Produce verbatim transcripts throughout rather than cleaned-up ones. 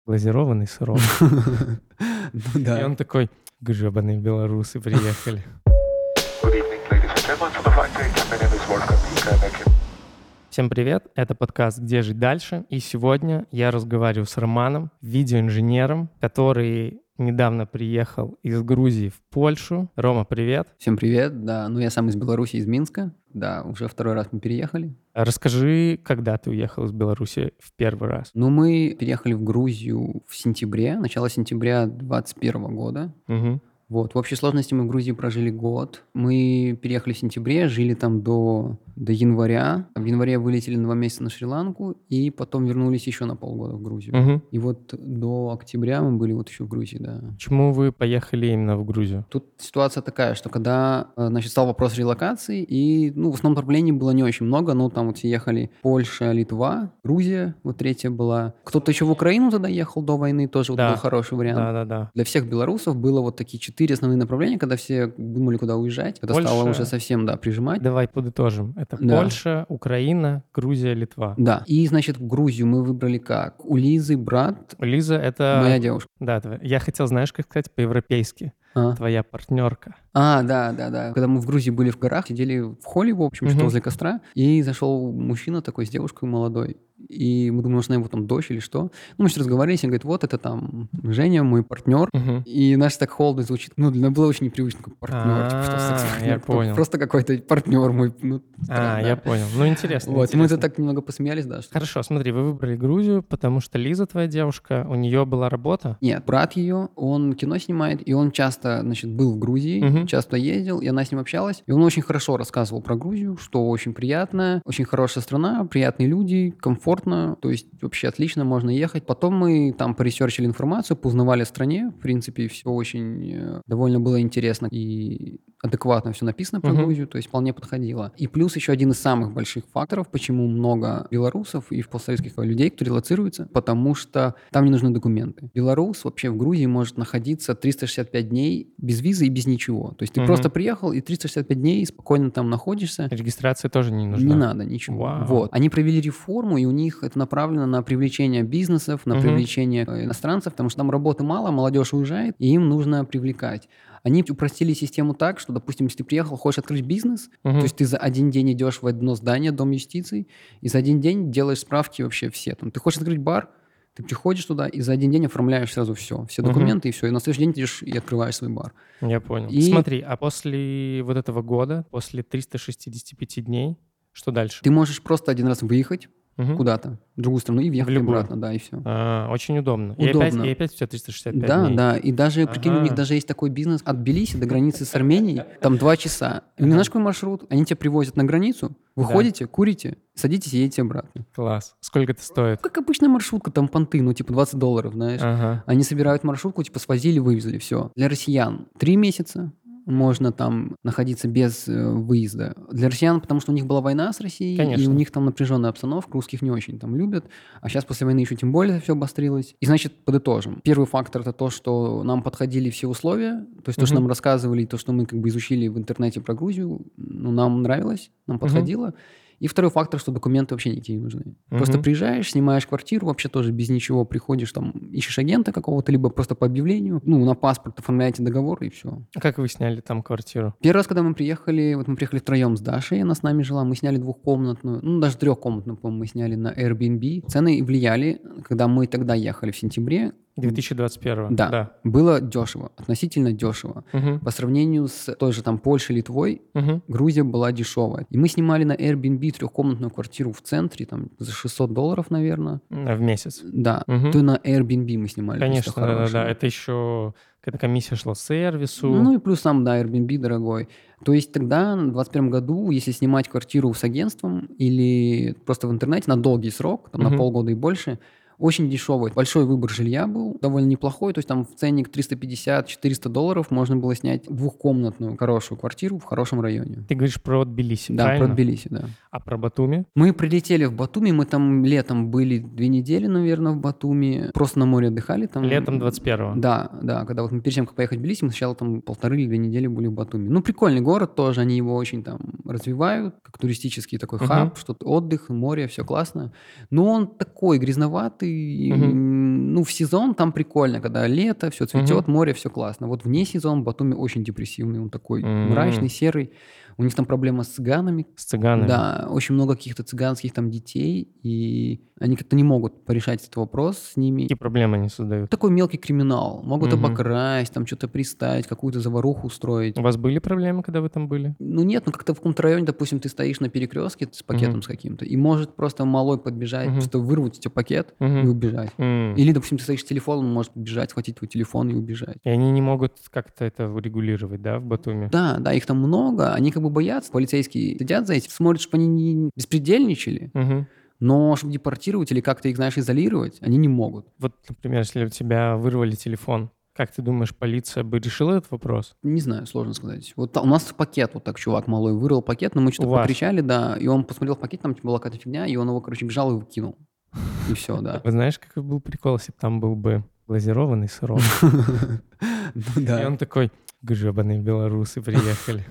Глазированный сырок. Ну И да. он такой: гребаные белорусы приехали. Good evening, ladies and gentlemen. For the flight date, my name is Wolfgang Pieker. Всем привет, это подкаст «Где жить дальше?» И сегодня я разговариваю с Романом, видеоинженером, который недавно приехал из Грузии в Польшу. Рома, привет. Всем привет, да. Ну, я сам из Беларуси, из Минска. Да, уже второй раз мы переехали. Расскажи, когда ты уехал из Беларуси в первый раз? Ну, мы переехали в Грузию в сентябре, начало сентября двадцать первого года. Угу. Вот, в общей сложности мы в Грузии прожили год. Мы переехали в сентябре, жили там до, до января. В январе вылетели на два месяца на Шри-Ланку и потом вернулись еще на полгода в Грузию. Угу. И вот до октября мы были вот еще в Грузии, да. Почему вы поехали именно в Грузию? Тут ситуация такая, что когда, значит, стал вопрос релокации, и, ну, в основном направлений было не очень много, но там вот все ехали Польша, Литва, Грузия, вот третья была. Кто-то еще в Украину тогда ехал до войны, тоже Да. вот был хороший вариант. Да-да-да. Для всех белорусов было вот такие четыре основные направления, когда все думали, куда уезжать. Это Польша. стало уже совсем, да, прижимать. Давай подытожим. Это Да. Польша, Украина, Грузия, Литва. Да. И, значит, в Грузию мы выбрали как? У Лизы брат, Лиза — это... моя девушка. Да, твоя- я хотел, знаешь, как сказать по-европейски. А. Твоя партнерка. А, да, да, да. Когда мы в Грузии были в горах, сидели в холле, в общем, что Мгм. возле костра, и зашел мужчина такой с девушкой молодой. И мы думали, может, она его там дочь или что. Ну, мы что разговаривались, и он говорит, вот это там Женя, мой партнер. Мгм. И наш так холодно звучит. Ну, для меня было очень непривычно, такой партнер. типа, что секс- А, я понял. Просто какой-то партнер мой. Ну, А, странно, я да. понял. Ну, интересно. Вот, и мы интересно. это так немного посмеялись, да. что- Хорошо, смотри, вы выбрали Грузию, потому что Лиза, твоя девушка, у нее была работа. Нет, брат ее, он кино снимает, и он часто, значит, был в Грузии, Мгм. часто ездил, и она с ним общалась. И он очень хорошо рассказывал про Грузию, что очень приятно, очень хорошая страна, приятные люди, комфортно, то есть вообще отлично, можно ехать. Потом мы там поресерчили информацию, поузнавали о стране, в принципе, все очень э, довольно было интересно и адекватно все написано про Мгм. Грузию, то есть вполне подходило. И плюс еще один из самых больших факторов, почему много белорусов и в постсоветских людей, кто релоцируется, потому что там не нужны документы. Белорус вообще в Грузии может находиться триста шестьдесят пять дней без визы и без ничего. То есть ты Мгм. просто приехал и триста шестьдесят пять дней спокойно там находишься. Регистрация тоже не нужна. Не надо ничего. Вау. Вот. Они провели реформу, и у них это направлено на привлечение бизнесов, на Мгм. привлечение э, иностранцев, потому что там работы мало, молодежь уезжает, и им нужно привлекать. Они упростили систему так, что, допустим, если ты приехал, хочешь открыть бизнес, Мгм. то есть ты за один день идешь в одно здание, Дом юстиции, и за один день делаешь справки вообще все. Там, ты хочешь открыть бар, ты приходишь туда и за один день оформляешь сразу все, все Мгм. документы и все, и на следующий день ты идешь и открываешь свой бар. Я понял. И- Смотри, а после вот этого года, после триста шестьдесят пять дней, что дальше? Ты можешь просто один раз выехать Мгм. куда-то, в другую страну, и въехать любую. обратно, да, и все. А, очень удобно. И опять, Удобно. и опять у тебя триста шестьдесят пять Да, дней. да, и даже, прикинь, у них Ага. даже есть такой бизнес от Тбилиси до границы с Арменией, там два часа. И Ага. знаешь, какой маршрут? Они тебя привозят на границу, выходите, курите, садитесь и едете обратно. Класс. Сколько это стоит? Как обычная маршрутка, там понты, ну, типа двадцать долларов, знаешь. Ага. Они собирают маршрутку, типа свозили, вывезли, все. Для россиян три месяца можно там находиться без э, выезда. Для россиян, потому что у них была война с Россией, и Конечно. у них там напряженная обстановка, русских не очень там любят, а сейчас после войны еще тем более все обострилось. И, значит, подытожим. Первый фактор — это то, что нам подходили все условия, то есть то, что Мгм. нам рассказывали, и то, что мы как бы изучили в интернете про Грузию, ну, нам нравилось, нам подходило. И второй фактор, что документы вообще никакие не нужны. Просто Мгм. приезжаешь, снимаешь квартиру, вообще тоже без ничего приходишь, там, ищешь агента какого-то, либо просто по объявлению, ну, на паспорт оформляете договор, и все. А как вы сняли там квартиру? Первый раз, когда мы приехали, вот мы приехали втроем с Дашей, она с нами жила, мы сняли двухкомнатную, ну, даже трехкомнатную, по-моему, мы сняли на Airbnb. Цены влияли, когда мы тогда ехали в сентябре, две тысячи двадцать первого. да, Да. было дешево, относительно дешево. Мгм. По сравнению с той же там Польшей, Литвой, Мгм. Грузия была дешевая. И мы снимали на Airbnb трехкомнатную квартиру в центре, там, за шестьсот долларов, наверное. А, В месяц. Да, Мгм. то на Airbnb мы снимали. Конечно, просто да, да, хорошее. да. Это еще какая-то комиссия шла сервису. Ну и плюс сам, да, Airbnb дорогой. То есть тогда, в двадцать первом году, если снимать квартиру с агентством или просто в интернете на долгий срок, там, Мгм. на полгода и больше, очень дешевый. Большой выбор жилья был, довольно неплохой. То есть там в ценник триста пятьдесят - четыреста долларов можно было снять двухкомнатную хорошую квартиру в хорошем районе. Ты говоришь про Тбилиси, Да, правильно? про Тбилиси, да. А про Батуми? Мы прилетели в Батуми, мы там летом были две недели, наверное, в Батуми. Просто на море отдыхали там. Летом двадцать первого. Да, да, когда вот мы перед тем, как поехать в Тбилиси, мы сначала там полторы или две недели были в Батуми. Ну, прикольный город тоже, они его очень там развивают, как туристический такой Мгм. хаб, что-то отдых, море, все классно. Но он такой грязноватый, и, Мгм. м, ну, в сезон там прикольно, когда лето, все цветет, Мгм. море, все классно. Вот вне сезон Батуми очень депрессивный, он такой мрачный, М. серый. У них там проблема с цыганами. С цыганами. Да, очень много каких-то цыганских там детей, и они как-то не могут порешать этот вопрос с ними. Какие проблемы они создают? Такой мелкий криминал. Могут Мгм. обокрасть, там что-то приставить, какую-то заваруху устроить. У вас были проблемы, когда вы там были? Ну нет, ну как-то в каком-то районе, допустим, ты стоишь на перекрестке с пакетом Мгм. с каким-то, и может просто малой подбежать, Мгм. просто вырвать у тебя пакет и Мгм. убежать. М. Или, допустим, ты стоишь с телефоном, он может подбежать, схватить твой телефон и убежать. И они не могут как-то это урегулировать, да, в Батуми? Да, да, их там много, они как бы боятся, полицейские следят за этим, смотрят, чтобы они не беспредельничали, Мгм. но чтобы депортировать или как-то их, знаешь, изолировать, они не могут. Вот, например, если у тебя вырвали телефон, как ты думаешь, полиция бы решила этот вопрос? Не знаю, сложно сказать. Вот та- у нас пакет, вот так чувак малой вырвал пакет, но мы что-то У вас? покричали, да, и он посмотрел в пакет, там типа, была какая-то фигня, и он его, короче, бежал и выкинул. И все, да. Вы знаешь, какой был прикол, если бы там был бы глазированный сырок? Ну И да. он такой, гребаные белорусы приехали.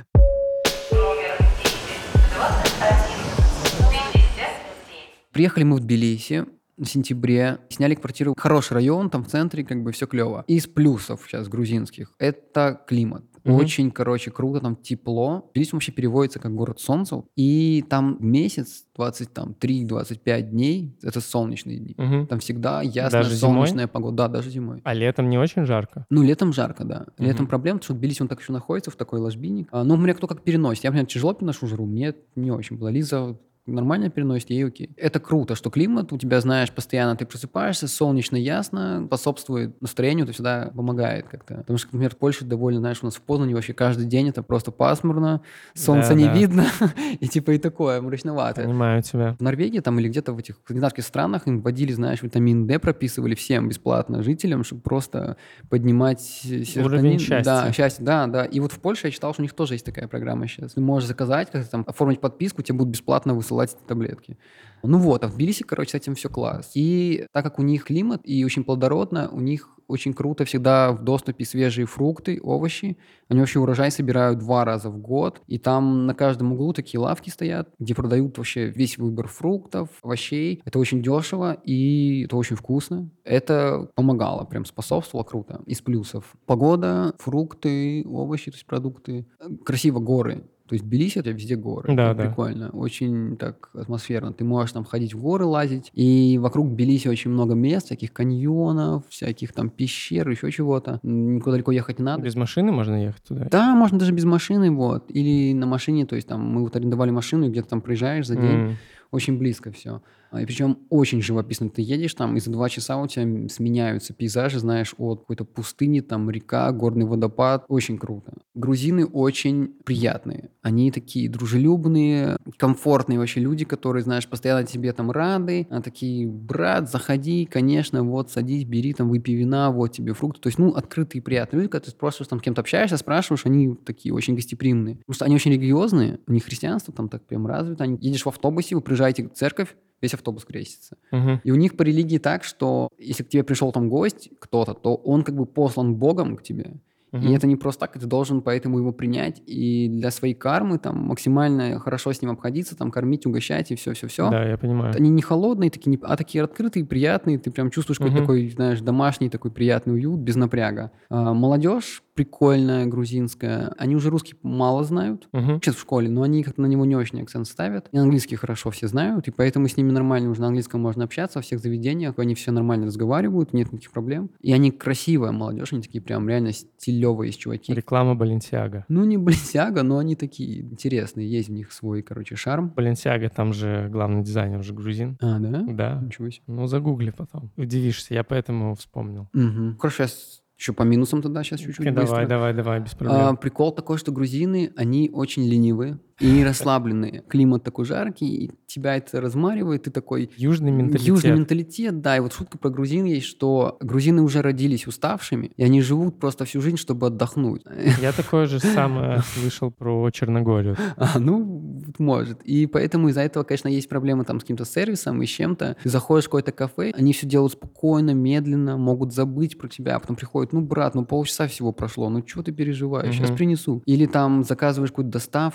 Приехали мы в Тбилиси в сентябре, сняли квартиру. Хороший район, там в центре, как бы все клево. Из плюсов сейчас грузинских — это климат. Мгм. Очень, короче, круто, там тепло. Тбилиси вообще переводится как город солнца. И там месяц, двадцать три двадцать пять дней, это солнечные дни. Мгм. Там всегда ясная Даже зимой? солнечная погода. Да, даже зимой. А летом не очень жарко? Ну, летом жарко, да. Летом Мгм. проблема, потому что Тбилиси, он так еще находится в такой ложбине. А, ну, у меня кто как переносит. Я, например, тяжело переношу жару, мне не очень было. Лиза нормально переносит, ей окей. Это круто, что климат у тебя, знаешь, постоянно ты просыпаешься, солнечно, ясно, способствует настроению, это всегда помогает как-то. Потому что, например, в Польше довольно, знаешь, у нас в Познане вообще каждый день это просто пасмурно, солнца Да, не да. видно, и типа и такое, мрачновато. Понимаю тебя. В Норвегии там или где-то в этих скандинавских странах им вводили, знаешь, витамин D прописывали всем бесплатно жителям, чтобы просто поднимать серотонин. Уровень счастья. Да, счастье, да, да. И вот в Польше я читал, что у них тоже есть такая программа сейчас. Ты можешь заказать, как-то там оформить подписку, тебе будут бесплатно высылать эти таблетки. Ну вот, а в Тбилиси, короче, с этим все класс. И так как у них климат и очень плодородно, у них очень круто всегда в доступе свежие фрукты, овощи. Они вообще урожай собирают два раза в год. И там на каждом углу такие лавки стоят, где продают вообще весь выбор фруктов, овощей. Это очень дешево и это очень вкусно. Это помогало, прям способствовало круто. Из плюсов. Погода, фрукты, овощи, то есть продукты. Красиво горы. То есть в Тбилиси это везде горы. Да, Это да. прикольно. Очень так атмосферно. Ты можешь там ходить в горы, лазить. И вокруг Тбилиси очень много мест, всяких каньонов, всяких там пещер, еще чего-то. М, Никуда далеко ехать не надо. Без машины можно ехать туда? Да, можно даже без машины, вот. Или на машине, то есть там мы вот арендовали машину, и где-то там проезжаешь за день. М. Очень близко все. И причем очень живописно. Ты едешь там, и за два часа у тебя сменяются пейзажи, знаешь, от какой-то пустыни, там река, горный водопад. Очень круто. Грузины очень приятные. Они такие дружелюбные, комфортные вообще люди, которые, знаешь, постоянно тебе там рады. А такие, брат, заходи, конечно, вот, садись, бери, там, выпей вина, вот тебе фрукты. То есть, ну, открытые, приятные люди, когда ты просто там с кем-то общаешься, спрашиваешь, они такие очень гостеприимные. Потому что они очень религиозные, у них христианство там так прям развито. Они, едешь в автобусе, вы приезжаете в церковь, весь автобус крестится. Мгм. И у них по религии так, что если к тебе пришел там гость, кто-то, то он как бы послан Богом к тебе. И Мгм. это не просто так, ты должен поэтому его принять. И для своей кармы там максимально хорошо с ним обходиться, там кормить, угощать и все-все-все. Да, я понимаю. Они не холодные, такие, не- а такие открытые, приятные. Ты прям чувствуешь какой-то Мгм. такой, знаешь, домашний такой приятный уют, без напряга. А, молодежь прикольная, грузинская. Они уже русский мало знают. Мгм. Сейчас в школе, но они как-то на него не очень акцент ставят. И английский хорошо все знают, и поэтому с ними нормально уже на английском можно общаться во всех заведениях. Они все нормально разговаривают, нет никаких проблем. И они красивая молодежь, они такие прям реально стилевые чуваки. Реклама Баленсиага. Ну, не Баленсиага, но они такие интересные. Есть в них свой, короче, шарм. Баленсиага, там же главный дизайнер же грузин. А, да? Да. Ничего себе. Ну, загугли потом. Удивишься, я поэтому вспомнил. Мгм. Хорошо, сейчас еще по минусам тогда, сейчас чуть-чуть Давай, быстро. давай, давай, без А, проблем. прикол такой, что грузины, они очень ленивые и расслабленные. Климат такой жаркий, и тебя это размаривает, ты такой... Южный менталитет. Южный менталитет, да. И вот шутка про грузин есть, что грузины уже родились уставшими, и они живут просто всю жизнь, чтобы отдохнуть. Я такое же самое слышал про Черногорию. А, ну, вот может. И поэтому из-за этого, конечно, есть проблемы там с каким-то сервисом и с чем-то. Ты заходишь в какое-то кафе, они все делают спокойно, медленно, могут забыть про тебя, а потом приходят, ну, брат, ну, полчаса всего прошло, ну, чего ты переживаешь, сейчас Мгм. принесу. Или там заказываешь какую-то доставку,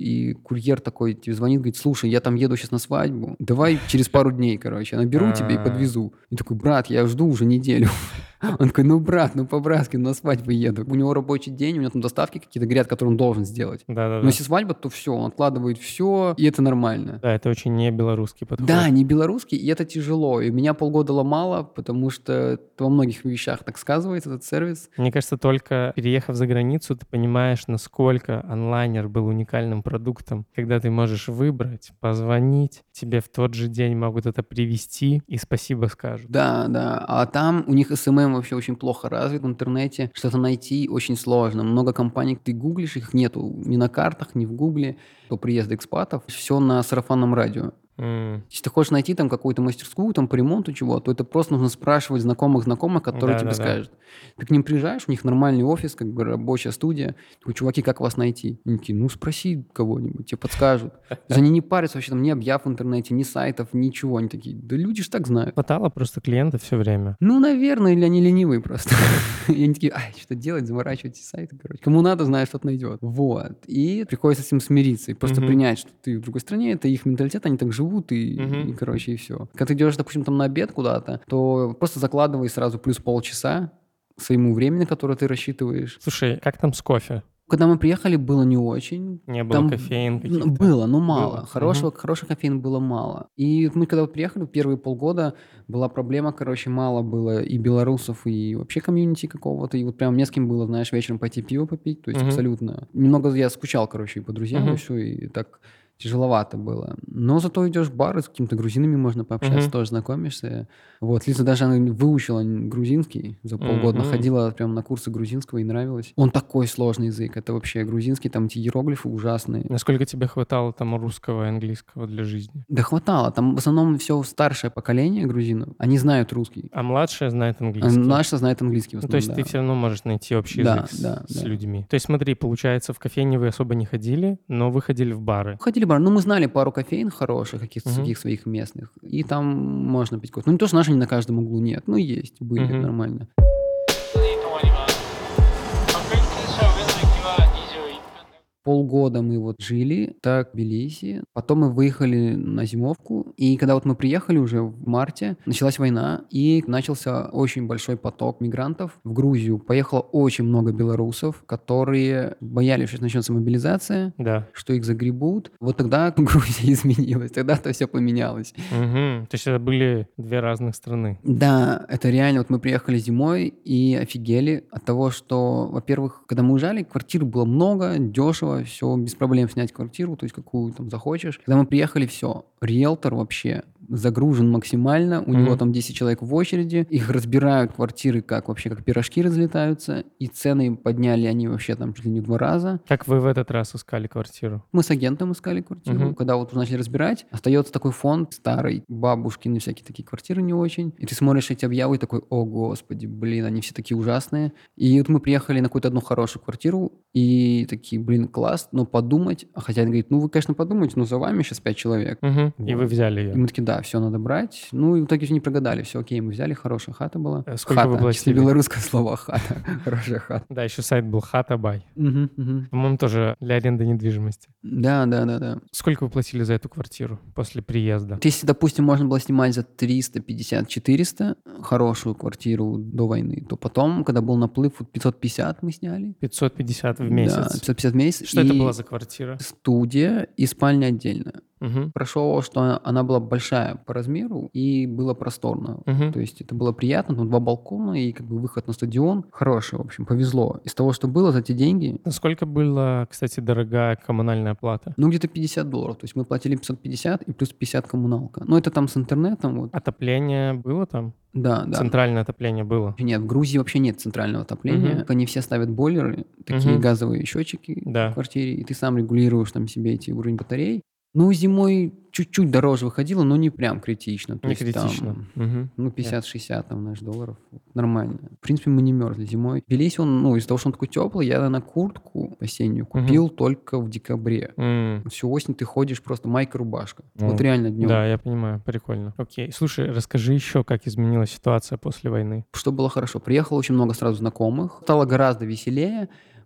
и курьер такой тебе звонит, говорит, слушай, я там еду сейчас на свадьбу, давай через пару дней, короче, я наберу тебя и подвезу. И такой, брат, я жду уже неделю. Он такой, ну, брат, ну, по-братски, на свадьбу еду. У него рабочий день, у него там доставки какие-то горят, которые он должен сделать. Да-да-да. Но если свадьба, то все, он откладывает все, и это нормально. Да, это очень не белорусский подход. Да, не белорусский, и это тяжело. И меня полгода ломало, потому что во многих вещах так сказывается этот сервис. Мне кажется, только переехав за границу, ты понимаешь, насколько онлайнер был уникальным продуктом, когда ты можешь выбрать, позвонить, тебе в тот же день могут это привезти и спасибо скажут. Да, да. А там у них эс эм эм вообще очень плохо развит в интернете. Что-то найти очень сложно. Много компаний, ты гуглишь, их нету ни на картах, ни в гугле. До приезда экспатов все на сарафанном радио. Mm. Если ты хочешь найти там какую-то мастерскую там по ремонту чего, то это просто нужно спрашивать знакомых-знакомых, которые Да, тебе да, да. скажут. Ты к ним приезжаешь, у них нормальный офис, как бы рабочая студия. Такой, чуваки, как вас найти? Они такие, ну спроси кого-нибудь, тебе подскажут. То есть они не парятся вообще, там ни объяв в интернете, ни сайтов, ничего. Они такие, да люди ж так знают. Хватало просто клиента все время. Ну, наверное, или они ленивые просто. И они такие, ай, что делать, заморачивать эти сайты, короче. Кому надо, знает, что-то найдет. Вот. И приходится с этим смириться и просто Мгм. принять, что ты в другой стране, это их менталитет, они так живут, и, Мгм. и, короче, и все. Когда ты идешь, допустим, там на обед куда-то, то просто закладывай сразу плюс полчаса к своему времени, которое ты рассчитываешь. Слушай, как там с кофе? Когда мы приехали, было не очень. Не было Там кофеин ну, каких-то? было, но мало. Было. Хорошего, хорошего кофеина было мало. И мы когда вот приехали, первые полгода была проблема, короче, мало было и белорусов, и вообще комьюнити какого-то. И вот прям не с кем было, знаешь, вечером пойти пиво попить. То есть Мгм. абсолютно. Немного я скучал, короче, и по друзьям, Мгм. и все, и так тяжеловато было. Но зато идешь в бары, с какими-то грузинами можно пообщаться, Мгм. тоже знакомишься. Вот, Лиза даже она выучила грузинский за полгода, Мгм. ходила прям на курсы грузинского и нравилось. Он такой сложный язык, это вообще грузинский, там эти иероглифы ужасные. Насколько тебе хватало там русского и английского для жизни? Да хватало, там в основном все старшее поколение грузинов, они знают русский. А младшая знает А английский? Наша знает английский в Ну, то основном, есть да. ты все равно можешь найти общий Да, язык с, да, с да. людьми. То есть смотри, получается, в кофейне вы особо не ходили, но вы ходили в бары. Ходили в бар, ну мы знали пару кофеин хороших, каких-то Мгм. таких своих местных, и там можно пить кофе. Ну не то, что наши не на каждом углу, нет, ну есть, были, Мгм. нормально. と思います。確認者上の駅はにじゅういっぷんで Полгода мы вот жили так в Тбилиси, потом мы выехали на зимовку, и когда вот мы приехали уже в марте, началась война, и начался очень большой поток мигрантов в Грузию. Поехало очень много белорусов, которые боялись, что начнется мобилизация, Да. что их загребут. Вот тогда Грузия изменилась, тогда-то все поменялось. Мгм. То есть это были две разных страны. Да, это реально. Вот мы приехали зимой и офигели от того, что, во-первых, когда мы уезжали, квартир было много, дешево, все без проблем снять квартиру, то есть какую там захочешь. Когда мы приехали, все, риэлтор вообще загружен максимально, у Мгм. него там десять человек в очереди, их разбирают квартиры как вообще, как пирожки разлетаются, и цены подняли они вообще там чуть ли не в два раза. Как вы в этот раз искали квартиру? Мы с агентом искали квартиру. Мгм. Когда вот уже начали разбирать, остается такой фонд старый, бабушкины всякие такие квартиры не очень. И ты смотришь эти объявы и такой, о господи, блин, они все такие ужасные. И вот мы приехали на какую-то одну хорошую квартиру и такие, блин, класс, но подумать. А хозяин говорит, ну вы, конечно, подумайте, но за вами сейчас пять человек. Мгм. И Вот. вы взяли И ее. мы такие, да, все надо брать. Ну и в итоге все не прогадали, все окей, мы взяли, хорошая хата была. Э, сколько хата, вы чисто платили? белорусское слово хата, хорошая хата. Да, еще сайт был Хата-Бай. Мгм, мгм. По-моему, тоже для аренды недвижимости. Да, да, да, да. Сколько вы платили за эту квартиру после приезда? Вот если, допустим, можно было снимать за триста пятьдесят четыреста хорошую квартиру до войны, то потом, когда был наплыв, вот пятьсот пятьдесят мы сняли. пятьсот пятьдесят в Да, месяц. пятьсот пятьдесят в месяц. Что это И была за квартира? студия и спальня отдельно. Мгм. Хорошо, что она была большая по размеру и было просторно. Мгм. То есть это было приятно, там два балкона и как бы выход на стадион. Хороший, в общем, повезло. Из того, что было за те деньги, Насколько была, кстати, дорогая коммунальная плата? ну где-то пятьдесят долларов. То есть мы платили пятьсот пятьдесят и плюс пятьдесят коммуналка. Ну это там с интернетом, вот. Отопление было там? Да, да. Центральное отопление было? Нет, в Грузии вообще нет центрального отопления. Мгм. Они все ставят бойлеры, такие Мгм. газовые счетчики Да. в квартире, и ты сам регулируешь там себе эти уровень батарей. Ну, зимой чуть-чуть дороже выходило, но не прям критично. То Не есть критично. там, Мгм. ну, пятьдесят-шестьдесят там, знаешь, долларов. Нормально. В принципе, мы не мерзли зимой. Тбилиси, он, ну, из-за того, что он такой теплый, я на куртку осеннюю купил только в декабре. М. Всю осень ты ходишь просто майка, рубашка. Ну, Вот реально днем. Да, я понимаю, прикольно. Окей, слушай, расскажи еще, как изменилась ситуация после войны. Что было хорошо? Приехало очень много сразу знакомых. Стало гораздо веселее,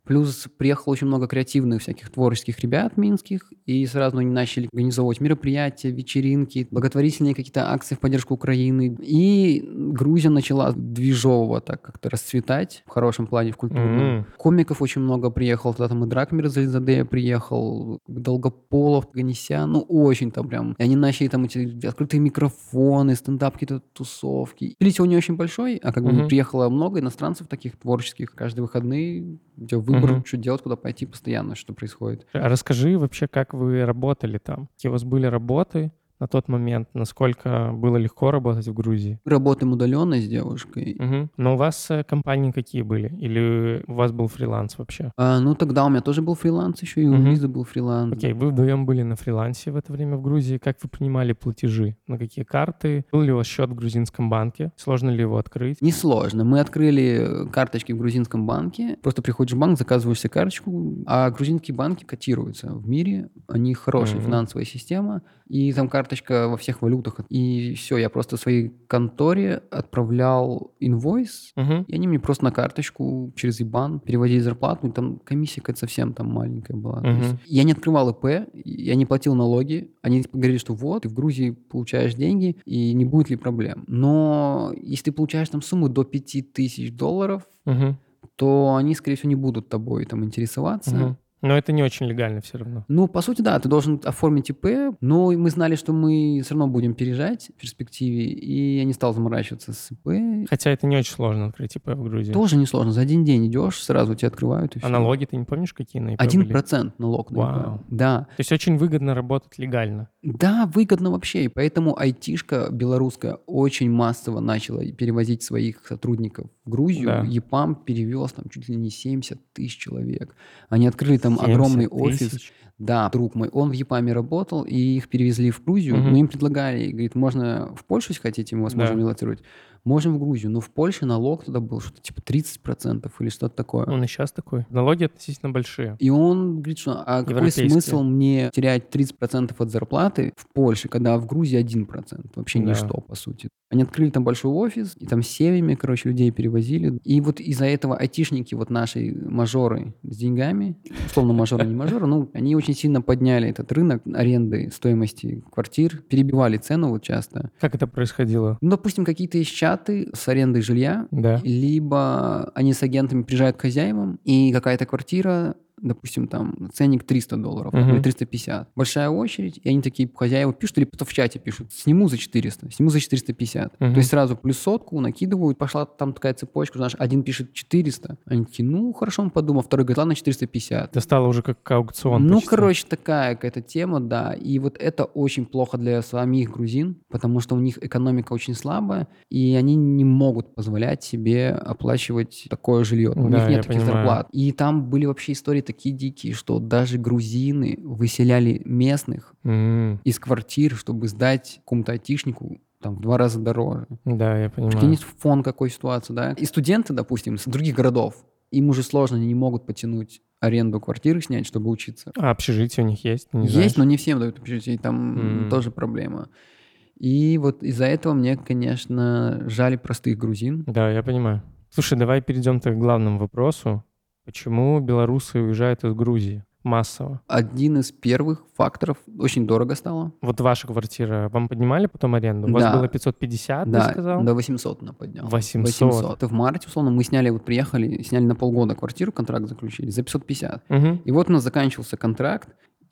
Плюс приехало очень много креативных всяких творческих ребят минских, и сразу они начали организовывать мероприятия, вечеринки, благотворительные какие-то акции в поддержку Украины. И Грузия начала движово так как-то расцветать в хорошем плане, в культурном. М. Комиков очень много приехало, тогда там и Дракмир Зализадея приехал, Долгополов, Ганесян, ну очень там прям. И они начали там эти открытые микрофоны, стендап, какие-то тусовки. Тбилиси не очень большой, а как бы Мгм. приехало много иностранцев таких творческих. Каждые выходные у тебя выбор, Мгм. что делать, куда пойти постоянно, что происходит. А расскажи вообще, как вы работали там? Какие у вас были работы на тот момент? Насколько было легко работать в Грузии? Мы работаем удаленно с девушкой. Мгм. Но у вас э, компании какие были? Или у вас был фриланс вообще? А, ну, тогда у меня тоже был фриланс еще, и у Мгм. Лизы был фриланс. Окей, вы вдвоем были на фрилансе в это время в Грузии. Как вы принимали платежи? На какие карты? Был ли у вас счет в грузинском банке? Сложно ли его открыть? Несложно. Мы открыли карточки в грузинском банке. Просто приходишь в банк, заказываешь себе карточку, а грузинские банки котируются в мире. У них хорошая Мгм. финансовая система, и там карточка во всех валютах. И все, я просто своей конторе отправлял инвойс, Мгм. и они мне просто на карточку через ИБАН переводили зарплату, и там комиссия какая-то совсем там маленькая была. То Мгм. есть я не открывал ИП, я не платил налоги. Они говорили, что вот, ты в Грузии получаешь деньги, и не будет ли проблем. Но если ты получаешь там сумму до пяти тысяч долларов, Мгм. то они, скорее всего, не будут тобой там интересоваться. Мгм. Но это не очень легально все равно. Ну, по сути, да, ты должен оформить ИП, но мы знали, что мы все равно будем переезжать в перспективе, и я не стал заморачиваться с ИП. Хотя это не очень сложно открыть ИП в Грузии. Тоже несложно. За один день идешь, сразу тебя открывают, и А все. налоги ты не помнишь, какие на ИП Один были? процент налог на Вау. ИП. Да. То есть очень выгодно работать легально. Да, выгодно вообще. И поэтому айтишка белорусская очень массово начала перевозить своих сотрудников в Грузию. Да. ЕПАМ перевез там чуть ли не семьдесят тысяч человек. Они открыли там семьдесят огромный офис. тысяч. Да, друг мой, он в ЕПАМе работал, и их перевезли в Грузию. Мгм. Мы им предлагали, говорит, можно в Польшу, если хотите, мы вас Да. можем релоцировать. Можем в Грузию. Но в Польше налог тогда был что-то типа тридцать процентов или что-то такое. Он и сейчас такой. Налоги относительно большие. И он говорит, что а какой Европейские. смысл мне терять тридцать процентов от зарплаты в Польше, когда в Грузии один процент? Вообще Да. ничто, по сути. Они открыли там большой офис, и там семьями, короче, людей перевозили. И вот из-за этого айтишники, вот наши мажоры с деньгами, условно мажоры, не мажоры, ну, они очень сильно подняли этот рынок аренды стоимости квартир, перебивали цену вот часто. Как это происходило? Ну, допустим, какие-то есть чаты с арендой жилья, Да. либо они с агентами приезжают к хозяевам, и какая-то квартира, допустим, там ценник триста долларов Мгм. или триста пятьдесят. Большая очередь, и они такие хозяева пишут, или просто в чате пишут, сниму за четыреста, сниму за четыреста пятьдесят. Мгм. То есть сразу плюс сотку накидывают, пошла там такая цепочка, знаешь, один пишет четыреста, они такие, ну, хорошо, мы подумаем, второй говорит, ладно, четыреста пятьдесят. Это стало уже как аукцион Ну, почти. короче, такая какая-то тема, да. И вот это очень плохо для самих грузин, потому что у них экономика очень слабая, и они не могут позволять себе оплачивать такое жилье. У Да, них я нет таких понимаю. зарплат. И там были вообще истории такие дикие, что даже грузины выселяли местных М, из квартир, чтобы сдать какому-то айтишнику там в два раза дороже. Да, я понимаю. Прикинь, фон какой ситуации, да? И студенты, допустим, с других городов, им уже сложно, они не могут потянуть аренду квартиры снять, чтобы учиться. А общежитие у них есть? Ты не Есть, знаешь? но не всем дают общежитие, и там М. тоже проблема. И вот из-за этого мне, конечно, жаль простых грузин. Да, я понимаю. Слушай, давай перейдем к главному вопросу. Почему белорусы уезжают из Грузии массово? Один из первых факторов, очень дорого стало. Вот ваша квартира, вам поднимали потом аренду? У вас Да. было пятьсот пятьдесят, Да, ты сказал? до восемьсот она подняла. восемьсот. В марте, условно, мы сняли, вот приехали, сняли на полгода квартиру, контракт заключили за пятьсот пятьдесят. Мгм. И вот у нас заканчивался контракт,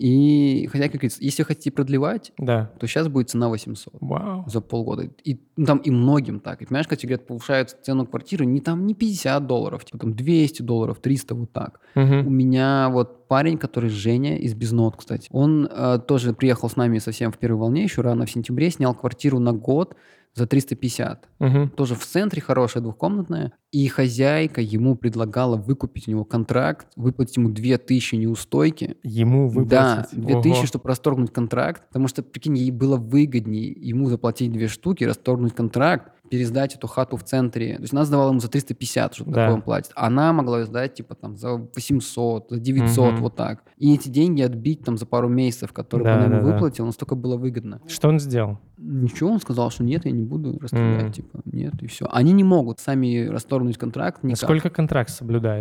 и хозяйка говорит, если хотите продлевать, Да. то сейчас будет цена восемьсот. Вау. За полгода. И ну, там и многим так. И понимаешь, когда тебе говорят, повышают цену квартиры, не там не пятьдесят долларов, типа там двести долларов, триста, вот так. У Мгм. меня вот парень, который Женя из Безнот, кстати, он э, тоже приехал с нами совсем в первой волне, еще рано в сентябре, снял квартиру на год за триста пятьдесят. Мгм. Тоже в центре, хорошая двухкомнатная. И хозяйка ему предлагала выкупить у него контракт, выплатить ему две тысячи неустойки. Ему Да, выплатить. две тысячи, Ого. чтобы расторгнуть контракт, потому что, прикинь, ей было выгоднее ему заплатить две штуки, расторгнуть контракт, пересдать эту хату в центре. То есть она сдавала ему за триста пятьдесят, что Да. такое он платит. Она могла ее сдать, типа, там, за восемьсот, за девятьсот, Мгм. вот так. И эти деньги отбить там за пару месяцев, которые Да, он ему да, да. выплатил, настолько было выгодно. Что он сделал? Ничего, он сказал, что нет, я не буду расторгать, М. типа, нет, и все. Они не могут сами расторгнуть контракт никак. Насколько контракт соблюдается?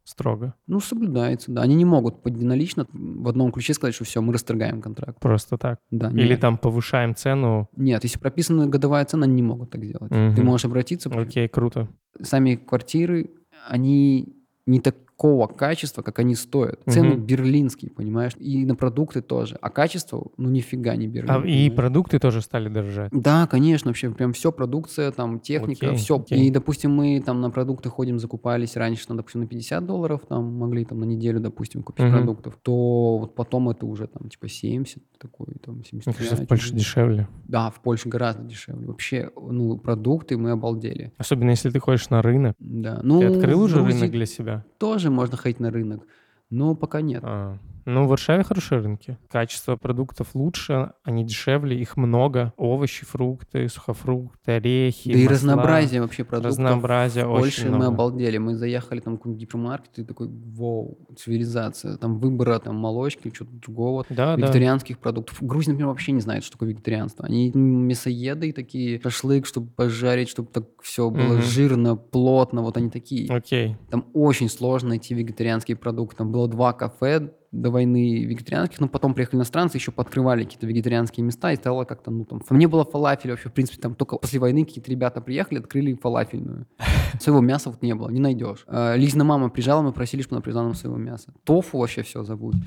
строго? Ну, соблюдается, да. Они не могут единолично в одном ключе сказать, что все, мы расторгаем контракт. Просто так? Да, Или нет. там повышаем цену? Нет, если прописана годовая цена, они не могут так сделать. Ты Мгм. можешь обратиться. Окей, круто. Сами квартиры, они не такого качества, как они стоят. Цены Мгм. берлинские, понимаешь? И на продукты тоже. А качество, ну, нифига не Берлин. А, и понимаешь? продукты тоже стали дорожать? Да, конечно, вообще прям все, продукция, там, техника, Окей, все. окей. И, допустим, мы там на продукты ходим, закупались раньше, ну, допустим, на пятьдесят долларов, там, могли там на неделю, допустим, купить Мгм. продуктов, то вот потом это уже там типа семьдесят, такой, там, Мне семьдесят кажется, в пять. Польше дешевле. Да, в Польше гораздо дешевле. Вообще, ну, продукты мы обалдели. Особенно если ты ходишь на рынок. Да. Ну, Ты открыл в уже Грузии рынок для себя? тоже можно ходить на рынок, но пока нет. А, ну, в Варшаве хорошие рынки. Качество продуктов лучше, они дешевле, их много. Овощи, фрукты, сухофрукты, орехи, Да и масла. разнообразие вообще продуктов. Разнообразия в очень Польше мы много. обалдели. Мы заехали там в какой-нибудь гипермаркет и такой, вау, цивилизация. Там выбора там молочки, чего-то другого. Да, да. Вегетарианских продуктов. Грузия, например, вообще не знает, что такое вегетарианство. Они мясоеды такие, шашлык, чтобы пожарить, чтобы так все было Мгм. жирно, плотно. Вот они такие. Окей. Там очень сложно найти вегетарианские продукты. Там было два кафе до войны вегетарианских, но потом приехали иностранцы, еще подкрывали какие-то вегетарианские места, и стало как-то, ну, там... Не было фалафеля вообще, в принципе, там только после войны какие-то ребята приехали, открыли фалафельную. Своего мяса вот не было, не найдешь. А, Лизина мама приезжала, мы просили, чтобы она привезла нам своего мяса. Тофу вообще все забудь.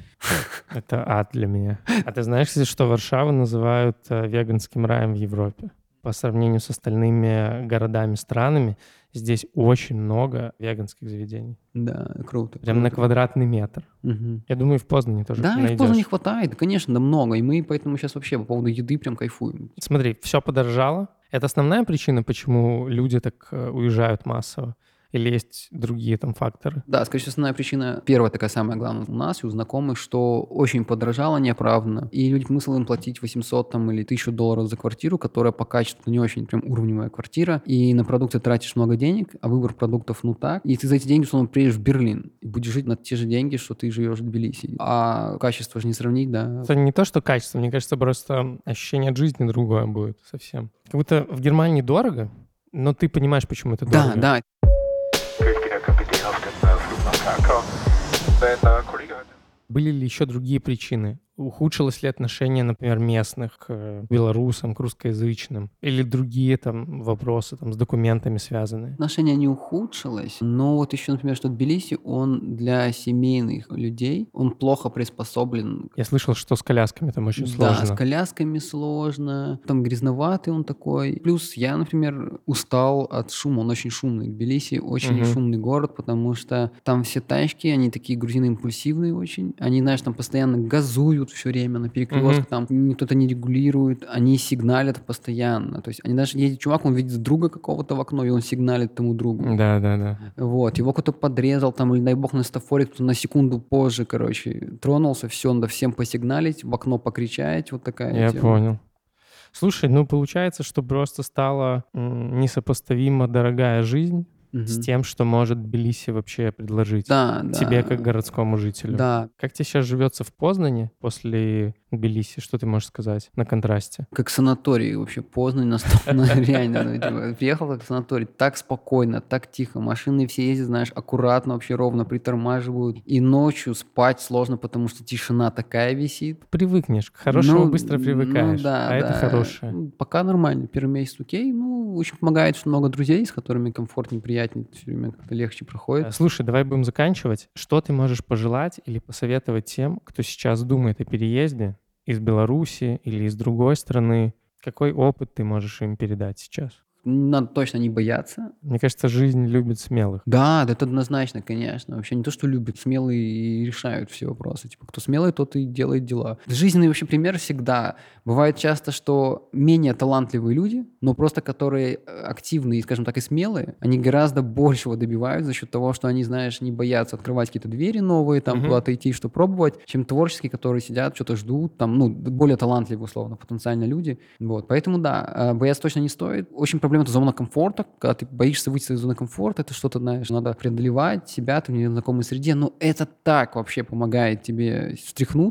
Это ад для меня. А ты знаешь, кстати, что Варшаву называют э, веганским раем в Европе? По сравнению с остальными городами, странами, здесь очень много веганских заведений. Да, круто. Прям на круто. квадратный метр. Мгм. Я думаю, в Познане тоже Да, и в найдешь. Познане хватает, конечно, да много. И мы поэтому сейчас вообще по поводу еды прям кайфуем. Смотри, все подорожало. Это основная причина, почему люди так э, уезжают массово? Или есть другие там факторы? Да, скорее всего, основная причина, первая такая самая главная у нас и у знакомых, что очень подорожало неоправданно, и люди смысл им платить восемьсот там, или тысячу долларов за квартиру, которая по качеству не очень прям уровневая квартира, и на продукты тратишь много денег, а выбор продуктов ну так, и ты за эти деньги, условно, приедешь в Берлин и будешь жить на те же деньги, что ты живешь в Тбилиси. А качество же не сравнить, да. Это не то, что качество, мне кажется, просто ощущение от жизни другое будет совсем. Как будто в Германии дорого, но ты понимаешь, почему это Да, дорого. да, Flyktingar Kapitän auf dem äh, Flug nach Krakau. Mein äh, Kollege hat Были ли еще другие причины? Ухудшилось ли отношение, например, местных к э, белорусам, к русскоязычным? Или другие там вопросы там, с документами связанные? отношение не ухудшилось, но вот еще, например, что Тбилиси, он для семейных людей, он плохо приспособлен. Я слышал, что с колясками там очень Да, сложно. с колясками сложно, там грязноватый он такой. Плюс я, например, устал от шума, он очень шумный. Тбилиси очень Мгм. шумный город, потому что там все тачки, они такие грузины импульсивные очень. Они, знаешь, там постоянно газуют все время на перекрестках, там никто это не регулирует, они сигналят постоянно. То есть они даже едет чувак, он видит друга какого-то в окно, и он сигналит тому другу. Да, да, да. Вот, его кто-то подрезал, там, или, дай бог, на стафоре кто-то на секунду позже, короче, тронулся, все, надо всем посигналить, в окно покричать, вот такая Я тема. понял. Слушай, ну получается, что просто стала м, несопоставимо дорогая жизнь Мгм. с тем, что может Тбилиси вообще предложить Да, да. тебе как городскому жителю. Да, Как тебе сейчас живется в Познане после Тбилиси? Что ты можешь сказать на контрасте? как санаторий вообще, Познань настолько, реально, ну, типа, приехал как санаторий, так спокойно, так тихо, машины все ездят, знаешь, аккуратно, вообще ровно притормаживают, и ночью спать сложно, потому что тишина такая висит. Привыкнешь, к хорошему Ну, быстро ну привыкаешь, да, а это да. хорошее. Ну, пока нормально, первый месяц окей, ну, очень помогает, что много друзей, с которыми комфортнее, приятнее, все время как-то легче Э, проходит. Слушай, давай будем заканчивать. Что ты можешь пожелать или посоветовать тем, кто сейчас думает о переезде из Беларуси или из другой страны? Какой опыт ты можешь им передать сейчас? Надо точно не бояться. Мне кажется, жизнь любит смелых. Да, да, это однозначно, конечно. Вообще не то, что любят, смелые и решают все вопросы. Типа, кто смелый, тот и делает дела. Жизненный вообще пример всегда. Бывает часто, что менее талантливые люди, но просто которые э, активные, скажем так, и смелые, они гораздо большего добивают за счет того, что они, знаешь, не боятся открывать какие-то двери новые, там, Мгм. куда-то идти, что пробовать, чем творческие, которые сидят, что-то ждут, там, ну, более талантливые, условно, потенциально люди. Вот, поэтому, да, э, бояться точно не стоит. Очень проблема — это зона комфорта. Когда ты боишься выйти из зоны комфорта, это что-то, знаешь, надо преодолевать себя, ты в незнакомой среде. Но это так вообще помогает тебе встряхнуться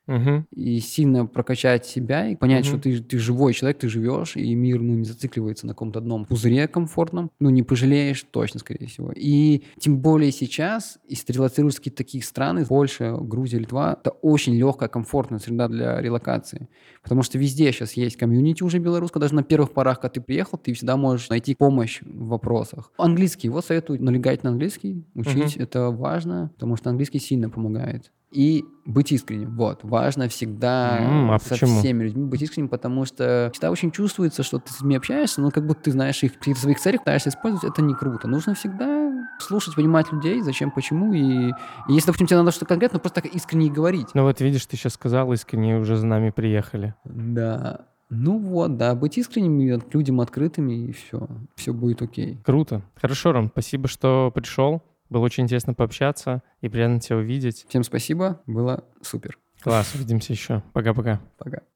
Мгм. и сильно прокачать себя, и понять, Мгм. что ты, ты живой человек, ты живешь, и мир ну, не зацикливается на каком-то одном пузыре комфортном. Ну, не пожалеешь точно, скорее всего. И тем более сейчас, если ты релоцируешься в какие-то такие страны, Польша, Грузия, Литва, это очень легкая, комфортная среда для релокации. Потому что везде сейчас есть комьюнити уже белорусское, даже на первых порах, когда ты приехал, ты всегда можешь найти помощь в вопросах. Английский, вот советую налегать на английский, учить, Мгм. это важно, потому что английский сильно помогает. И быть искренним. Вот. Важно всегда М, а со почему? всеми людьми быть искренним, потому что всегда очень чувствуется, что ты с людьми общаешься, но как будто ты знаешь их в каких-то своих целях, пытаешься использовать. Это не круто. Нужно всегда слушать, понимать людей, зачем, почему. И, и если, допустим, тебе надо что-то конкретно, просто так искренне и говорить. Ну вот видишь, ты сейчас сказал, искренне уже за нами приехали. Да. Ну вот, да. Быть искренними, от- людям открытыми, и все. Все будет окей. Круто. Хорошо, Ром, спасибо, что пришел. Было очень интересно пообщаться и приятно тебя увидеть. Всем спасибо. Было супер. Класс, увидимся еще. Пока-пока. Пока.